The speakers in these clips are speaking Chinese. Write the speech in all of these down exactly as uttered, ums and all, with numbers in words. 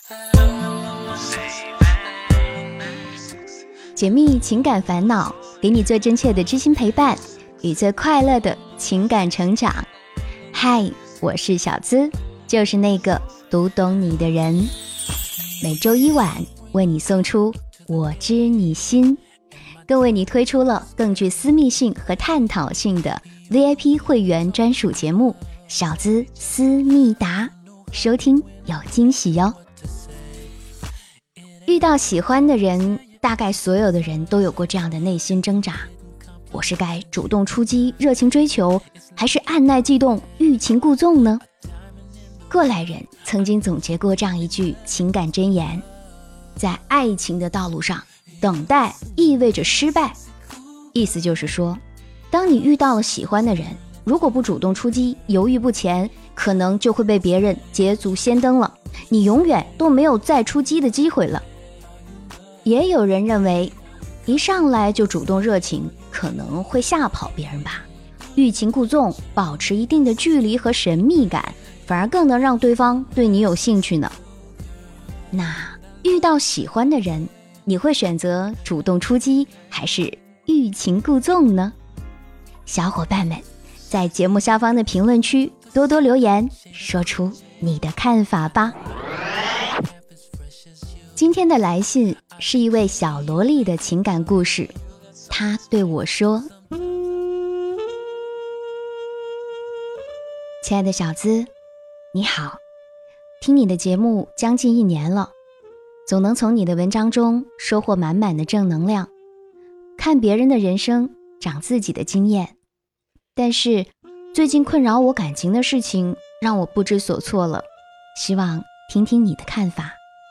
解密情感烦恼，给你最真切的知心陪伴与最快乐的情感成长。嗨，我是小资，就是那个读懂你的人。每周一晚为你送出我知你心，更为你推出了更具私密性和探讨性的 V I P 会员专属节目小资思密达，收听有惊喜哟。遇到喜欢的人，大概所有的人都有过这样的内心挣扎，我是该主动出击热情追求，还是按耐悸动欲擒故纵呢？过来人曾经总结过这样一句情感箴言，在爱情的道路上，等待意味着失败。意思就是说，当你遇到了喜欢的人，如果不主动出击，犹豫不前，可能就会被别人捷足先登了，你永远都没有再出击的机会了。也有人认为，一上来就主动热情，可能会吓跑别人吧。欲擒故纵，保持一定的距离和神秘感，反而更能让对方对你有兴趣呢。那遇到喜欢的人，你会选择主动出击，还是欲擒故纵呢？小伙伴们，在节目下方的评论区多多留言，说出你的看法吧。今天的来信是一位小萝莉的情感故事，她对我说：亲爱的小资，你好，听你的节目将近一年了，总能从你的文章中收获满满的正能量，看别人的人生，长自己的经验。但是最近困扰我感情的事情让我不知所措了，希望听听你的看法。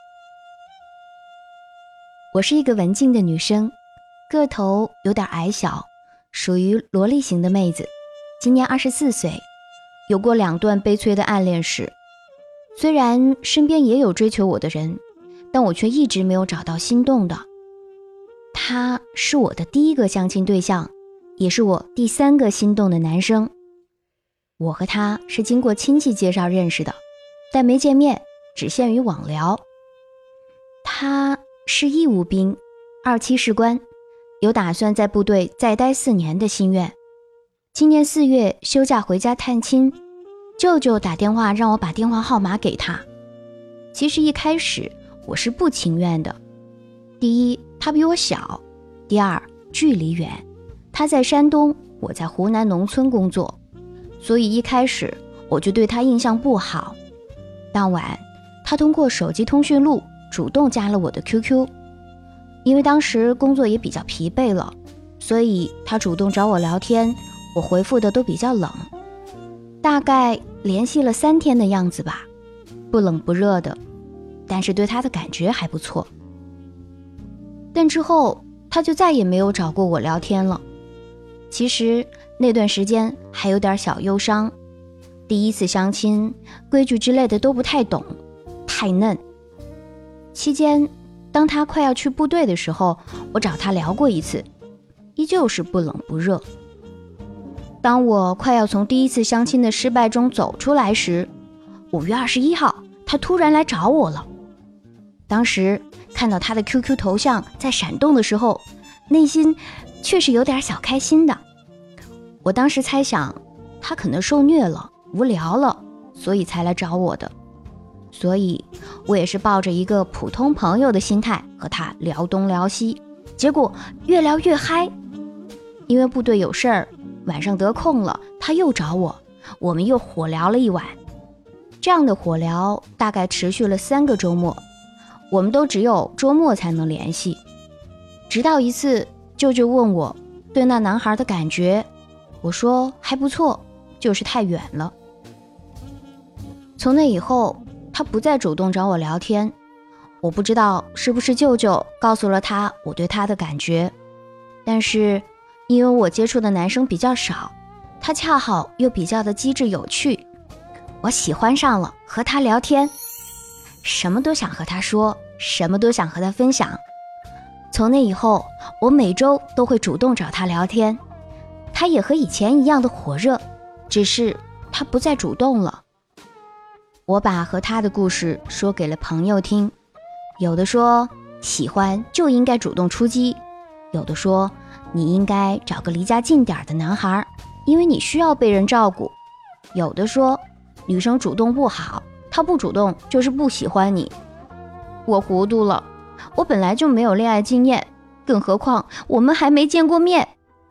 我是一个文静的女生，个头有点矮小，属于萝莉型的妹子，今年二十四岁，有过两段悲催的暗恋史。虽然身边也有追求我的人，但我却一直没有找到心动的。他是我的第一个相亲对象，也是我第三个心动的男生。我和他是经过亲戚介绍认识的，但没见面，只限于网聊。他是义务兵，二期士官，有打算在部队再待四年的心愿。今年四月休假回家探亲，舅舅打电话让我把电话号码给他。其实一开始我是不情愿的，第一，他比我小；第二，距离远，他在山东，我在湖南农村工作，所以一开始我就对他印象不好。当晚，他通过手机通讯录主动加了我的 Q Q， 因为当时工作也比较疲惫了，所以他主动找我聊天，我回复的都比较冷，大概联系了三天的样子吧，不冷不热的，但是对他的感觉还不错。但之后他就再也没有找过我聊天了。其实那段时间还有点小忧伤，第一次相亲，规矩之类的都不太懂，太嫩。期间当他快要去部队的时候，我找他聊过一次，依旧是不冷不热。当我快要从第一次相亲的失败中走出来时，五月二十一号他突然来找我了。当时看到他的 Q Q 头像在闪动的时候，内心却是有点小开心的。我当时猜想他可能受虐了，无聊了，所以才来找我的。所以我也是抱着一个普通朋友的心态和他聊东聊西，结果越聊越嗨。因为部队有事儿，晚上得空了，他又找我，我们又火聊了一晚。这样的火聊大概持续了三个周末，我们都只有周末才能联系。直到一次，舅舅问我对那男孩的感觉，我说还不错，就是太远了。从那以后，他不再主动找我聊天，我不知道是不是舅舅告诉了他我对他的感觉，但是因为我接触的男生比较少，他恰好又比较的机智有趣，我喜欢上了和他聊天，什么都想和他说，什么都想和他分享。从那以后，我每周都会主动找他聊天，他也和以前一样的火热，只是他不再主动了。 我把和他的故事说给了朋友听，有的说喜欢就应该主动出击，有的说你应该找个离家近点的男孩，因为你需要被人照顾，有的说女生主动不好，她不主动就是不喜欢你。我糊涂了，我本来就没有恋爱经验，更何况我们还没见过面。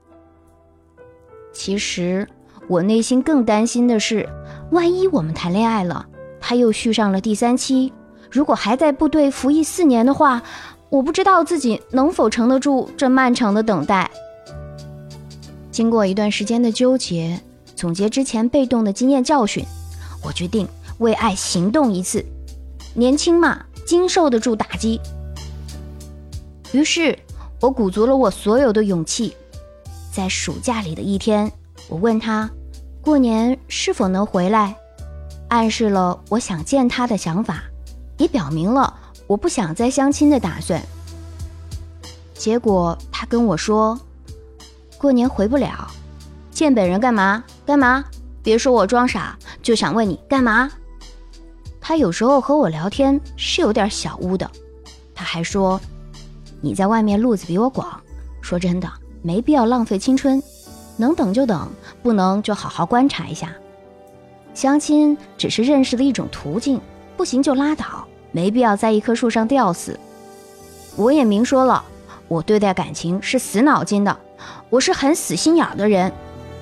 其实我内心更担心的是，万一我们谈恋爱了，他又续上了第三期，如果还在部队服役四年的话，我不知道自己能否撑得住这漫长的等待。经过一段时间的纠结，总结之前被动的经验教训，我决定为爱行动一次。年轻嘛，经受得住打击。于是我鼓足了我所有的勇气，在暑假里的一天，我问他过年是否能回来，暗示了我想见他的想法，也表明了我不想再相亲的打算。结果他跟我说，过年回不了，见本人干嘛干嘛，别说我装傻，就想问你干嘛。他有时候和我聊天是有点小污的，他还说你在外面路子比我广，说真的没必要浪费青春，能等就等，不能就好好观察一下。相亲只是认识的一种途径，不行就拉倒，没必要在一棵树上吊死。我也明说了，我对待感情是死脑筋的，我是很死心眼的人。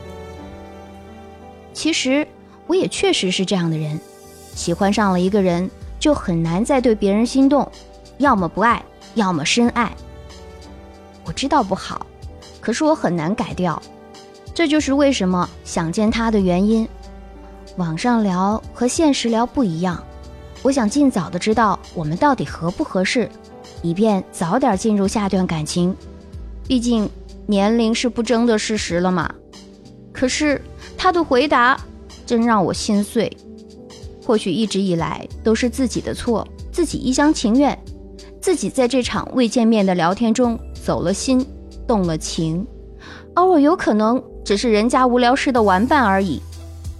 其实我也确实是这样的人，喜欢上了一个人就很难再对别人心动，要么不爱，要么深爱。我知道不好，可是我很难改掉，这就是为什么想见他的原因。网上聊和现实聊不一样，我想尽早的知道我们到底合不合适，以便早点进入下段感情。毕竟年龄是不争的事实了嘛。可是他的回答真让我心碎。或许一直以来都是自己的错，自己一厢情愿，自己在这场未见面的聊天中走了心，动了情，而我有可能只是人家无聊事的玩伴而已。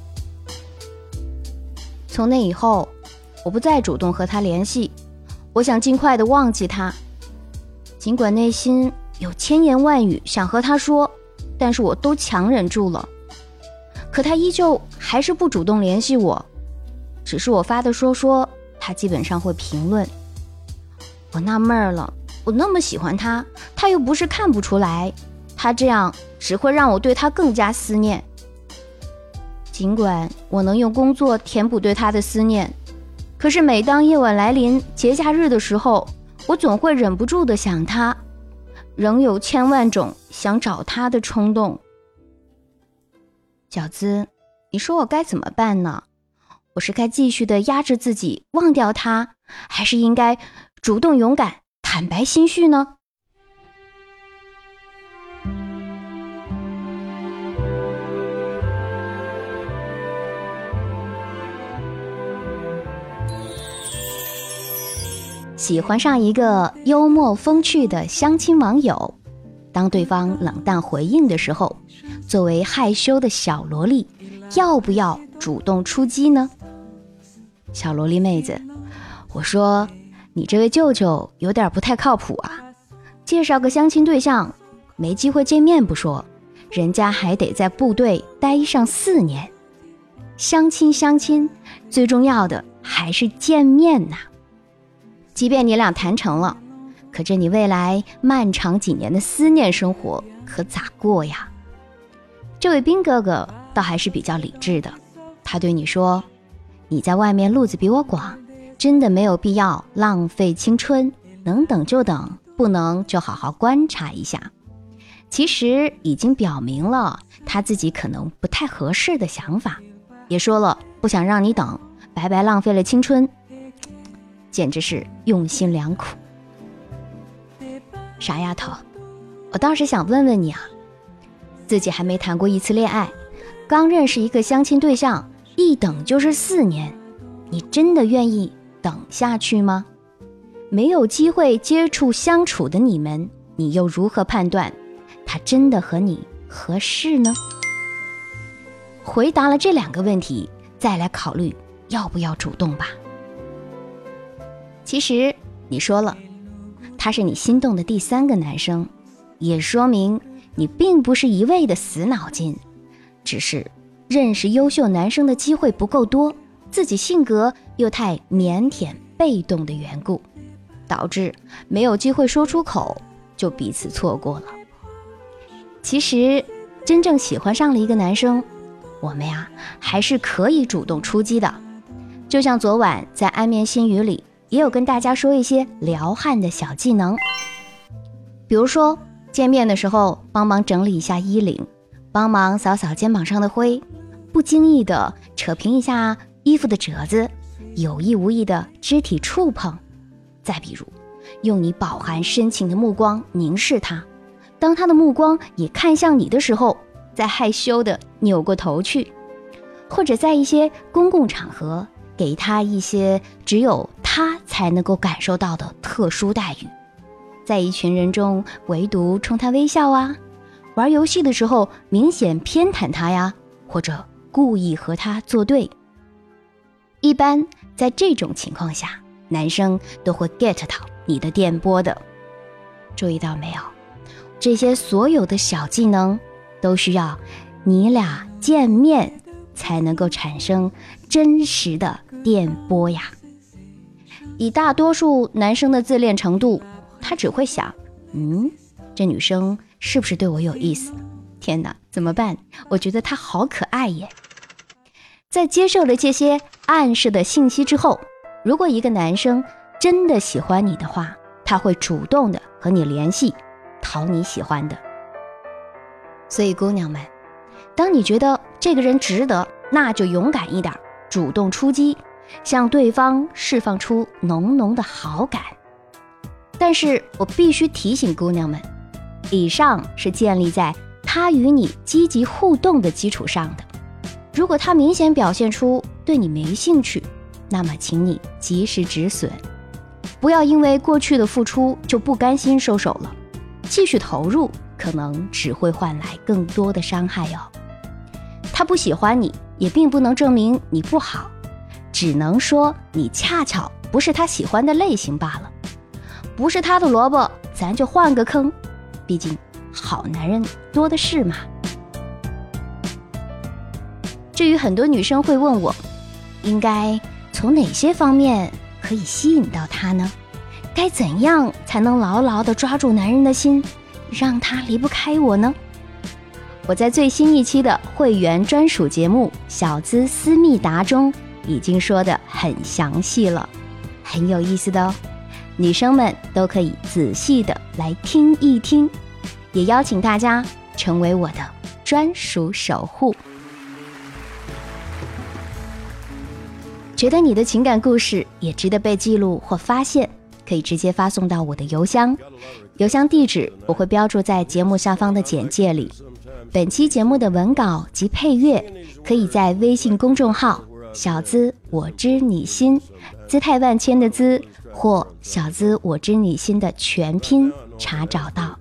从那以后，我不再主动和他联系，我想尽快的忘记他。尽管内心有千言万语想和他说，但是我都强忍住了。可他依旧还是不主动联系我，只是我发的说说，他基本上会评论。我纳闷了，我那么喜欢他，他又不是看不出来，他这样只会让我对他更加思念。尽管我能用工作填补对他的思念，可是每当夜晚来临，节假日的时候，我总会忍不住的想他，仍有千万种想找他的冲动。小资，你说我该怎么办呢？我是该继续的压制自己忘掉他，还是应该主动勇敢坦白心绪呢？喜欢上一个幽默风趣的相亲网友，当对方冷淡回应的时候，作为害羞的小萝莉，要不要主动出击呢？小萝莉妹子，我说你这位舅舅有点不太靠谱啊，介绍个相亲对象，没机会见面不说，人家还得在部队待上四年。相亲相亲，最重要的还是见面呐。即便你俩谈成了，可这你未来漫长几年的思念生活可咋过呀？这位兵哥哥倒还是比较理智的，他对你说，你在外面路子比我广，真的没有必要浪费青春，能等就等，不能就好好观察一下。其实已经表明了他自己可能不太合适的想法，也说了不想让你等，白白浪费了青春，简直是用心良苦。傻丫头，我倒是想问问你啊，自己还没谈过一次恋爱，刚认识一个相亲对象，一等就是四年，你真的愿意等下去吗？没有机会接触相处的你们，你又如何判断他真的和你合适呢？回答了这两个问题，再来考虑要不要主动吧。其实你说了，他是你心动的第三个男生，也说明你并不是一味的死脑筋，只是认识优秀男生的机会不够多，自己性格又太腼腆被动的缘故，导致没有机会说出口，就彼此错过了。其实真正喜欢上了一个男生，我们呀还是可以主动出击的。就像昨晚在安眠心语里也有跟大家说一些撩汉的小技能，比如说见面的时候帮忙整理一下衣领，帮忙扫扫肩膀上的灰，不经意的扯平一下衣服的褶子，有意无意的肢体触碰。再比如用你饱含深情的目光凝视他，当他的目光也看向你的时候，再害羞的扭过头去。或者在一些公共场合给他一些只有他才能够感受到的特殊待遇，在一群人中唯独冲他微笑啊，玩游戏的时候明显偏袒他呀，或者故意和他作对。一般在这种情况下，男生都会 get 到你的电波的。注意到没有？这些所有的小技能都需要你俩见面才能够产生真实的电波呀。以大多数男生的自恋程度，他只会想，嗯，这女生是不是对我有意思？天哪，怎么办？我觉得她好可爱耶。在接受了这些暗示的信息之后，如果一个男生真的喜欢你的话，他会主动的和你联系，讨你喜欢的。所以姑娘们，当你觉得这个人值得，那就勇敢一点，主动出击，向对方释放出浓浓的好感。但是我必须提醒姑娘们，以上是建立在他与你积极互动的基础上的。如果他明显表现出对你没兴趣，那么请你及时止损，不要因为过去的付出就不甘心收手了，继续投入可能只会换来更多的伤害哦。他不喜欢你，也并不能证明你不好，只能说你恰巧不是他喜欢的类型罢了。不是他的萝卜，咱就换个坑，毕竟好男人多的是嘛。至于很多女生会问我，应该从哪些方面可以吸引到他呢？该怎样才能牢牢地抓住男人的心，让他离不开我呢？我在最新一期的会员专属节目《小资思密达》中已经说得很详细了，很有意思的哦。女生们都可以仔细的来听一听，也邀请大家成为我的专属守护。觉得你的情感故事也值得被记录或发现，可以直接发送到我的邮箱，邮箱地址我会标注在节目下方的简介里。本期节目的文稿及配乐可以在微信公众号小资我知你心，姿态万千的资，或小资我知你心的全拼查找到。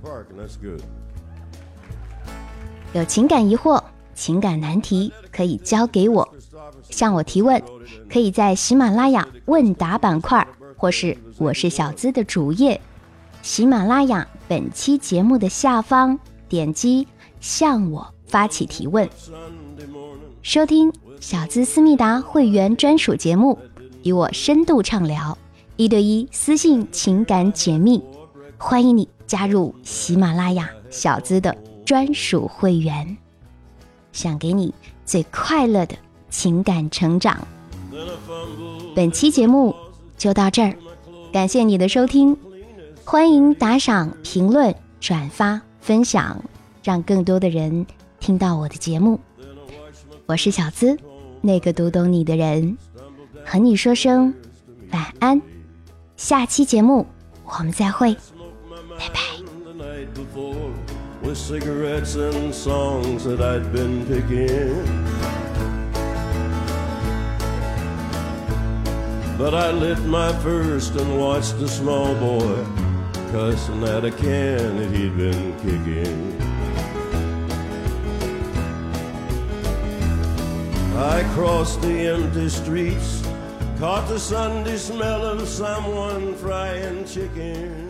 有情感疑惑、情感难题可以交给我，向我提问，可以在喜马拉雅问答板块，或是我是小资的主页，喜马拉雅本期节目的下方点击向我发起提问，收听小资思密达会员专属节目，与我深度畅聊，一对一私信情感解密，欢迎你加入喜马拉雅小资的专属会员，想给你最快乐的情感成长。本期节目就到这儿，感谢你的收听，欢迎打赏、评论、转发、分享，让更多的人听到我的节目。我是小资，那个读懂你的人，和你说声晚安，下期节目我们再会，拜拜。With cigarettes and songs that I'd been picking, but I lit my first and watched a small boy cussing at a can that he'd been kicking. I crossed the empty streets, caught the Sunday smell of someone frying chicken.